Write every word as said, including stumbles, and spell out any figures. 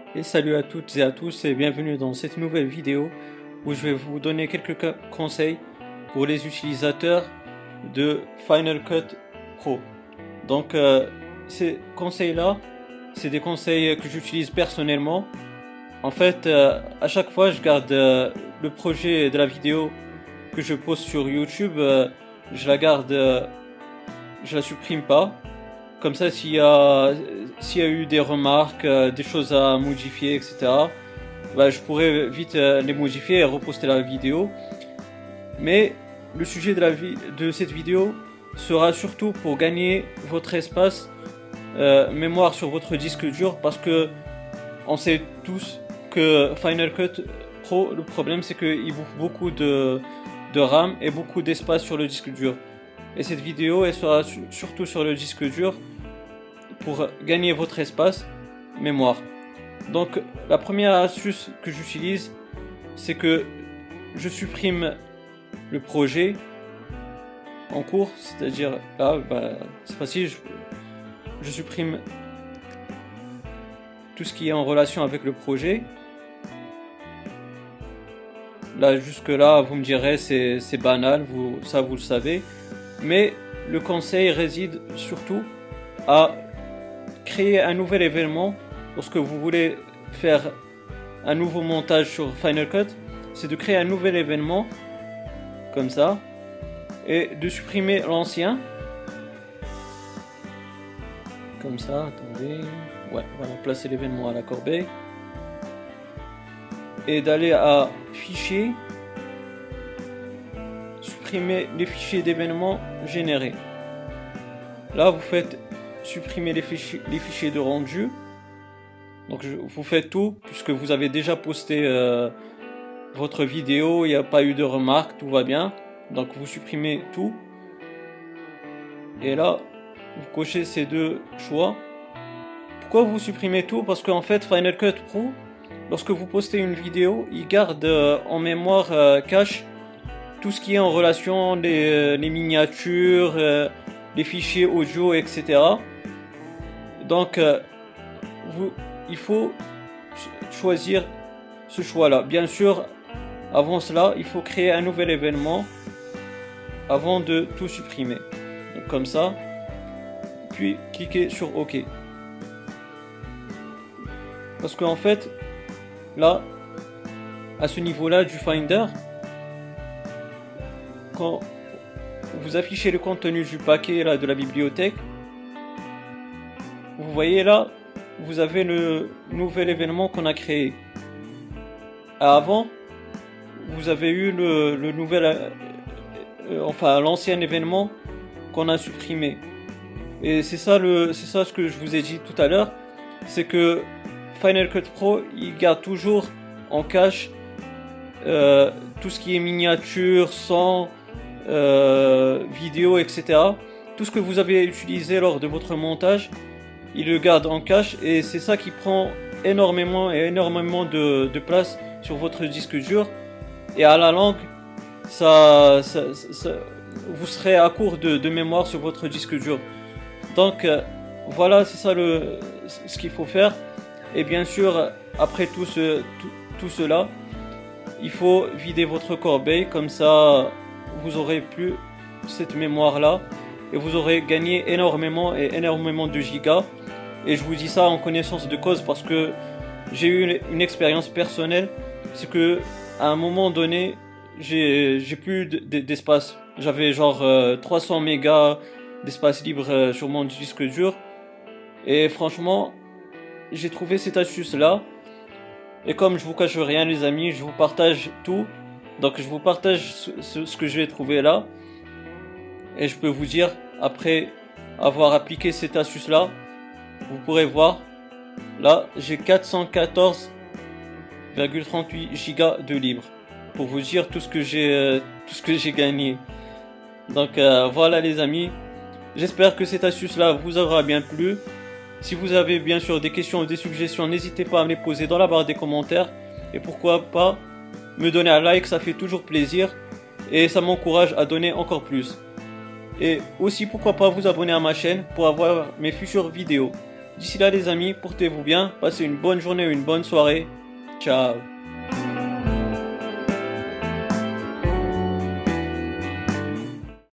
Et salut à toutes et à tous et bienvenue dans cette nouvelle vidéo où je vais vous donner quelques conseils pour les utilisateurs de Final Cut Pro. Donc euh, ces conseils là, c'est des conseils que j'utilise personnellement. En fait, euh, à chaque fois je garde euh, le projet de la vidéo que je poste sur YouTube, euh, je la garde, euh, je la supprime pas. Comme ça, s'il y a, s'il y a eu des remarques, euh, des choses à modifier, et cetera, bah, je pourrais vite euh, les modifier et reposter la vidéo. Mais le sujet de, la vi de cette vidéo sera surtout pour gagner votre espace euh, mémoire sur votre disque dur, parce que on sait tous que Final Cut Pro, le problème c'est qu'il bouffe beaucoup de, de RAM et beaucoup d'espace sur le disque dur. Et cette vidéo elle sera su surtout sur le disque dur pour gagner votre espace mémoire. Donc la première astuce que j'utilise, c'est que je supprime le projet en cours, c'est-à-dire là, bah, c'est facile, je, je supprime tout ce qui est en relation avec le projet. Là jusque là vous me direz c'est banal, vous, ça vous le savez, mais le conseil réside surtout à créer un nouvel événement lorsque vous voulez faire un nouveau montage sur Final Cut. C'est de créer un nouvel événement comme ça et de supprimer l'ancien comme ça. Attendez, ouais, voilà, placer l'événement à la corbeille et d'aller à fichier, supprimer les fichiers d'événements générés. Là vous faites supprimer les fichiers, les fichiers de rendu. Donc je, vous faites tout puisque vous avez déjà posté euh, votre vidéo, il n'y a pas eu de remarques, tout va bien. Donc vous supprimez tout et là vous cochez ces deux choix. Pourquoi vous supprimez tout? Parce qu'en fait Final Cut Pro, lorsque vous postez une vidéo, il garde euh, en mémoire euh, cache tout ce qui est en relation, les, euh, les miniatures, euh, les fichiers audio, et cetera. Donc euh, vous, il faut choisir ce choix là. Bien sûr, avant cela il faut créer un nouvel événement avant de tout supprimer. Donc comme ça, puis cliquez sur OK. Parce qu'en fait là, à ce niveau là du Finder, quand vous affichez le contenu du paquet là de la bibliothèque, vous voyez là, vous avez le nouvel événement qu'on a créé. Avant, vous avez eu le, le nouvel, euh, enfin l'ancien événement qu'on a supprimé. Et c'est ça le, c'est ça ce que je vous ai dit tout à l'heure, c'est que Final Cut Pro, il garde toujours en cache euh, tout ce qui est miniature, son, euh, vidéo, et cetera. Tout ce que vous avez utilisé lors de votre montage, il le garde en cache et c'est ça qui prend énormément et énormément de, de place sur votre disque dur. Et à la longue, ça, ça, ça, ça vous serez à court de, de mémoire sur votre disque dur. Donc euh, voilà, c'est ça le, ce qu'il faut faire. Et bien sûr, après tout, ce, tout, tout cela, il faut vider votre corbeille, comme ça vous aurez plus cette mémoire là et vous aurez gagné énormément et énormément de gigas. Et je vous dis ça en connaissance de cause parce que j'ai eu une expérience personnelle. C'est que à un moment donné, j'ai plus d'espace. J'avais genre euh, trois cents mégas d'espace libre euh, sur mon disque dur. Et franchement, j'ai trouvé cette astuce là. Et comme je vous cache rien les amis, je vous partage tout. Donc je vous partage ce, ce, ce que je vais trouver là. Et je peux vous dire, après avoir appliqué cette astuce là, vous pourrez voir, là j'ai quatre cent quatorze virgule trente-huit gigas de libre. Pour vous dire tout ce que j'ai euh, tout ce que j'ai gagné. Donc euh, voilà les amis. J'espère que cette astuce là vous aura bien plu. Si vous avez bien sûr des questions ou des suggestions, n'hésitez pas à me les poser dans la barre des commentaires. Et pourquoi pas me donner un like, ça fait toujours plaisir. Et ça m'encourage à donner encore plus. Et aussi pourquoi pas vous abonner à ma chaîne pour avoir mes futures vidéos. D'ici là les amis, portez-vous bien, passez une bonne journée ou une bonne soirée. Ciao.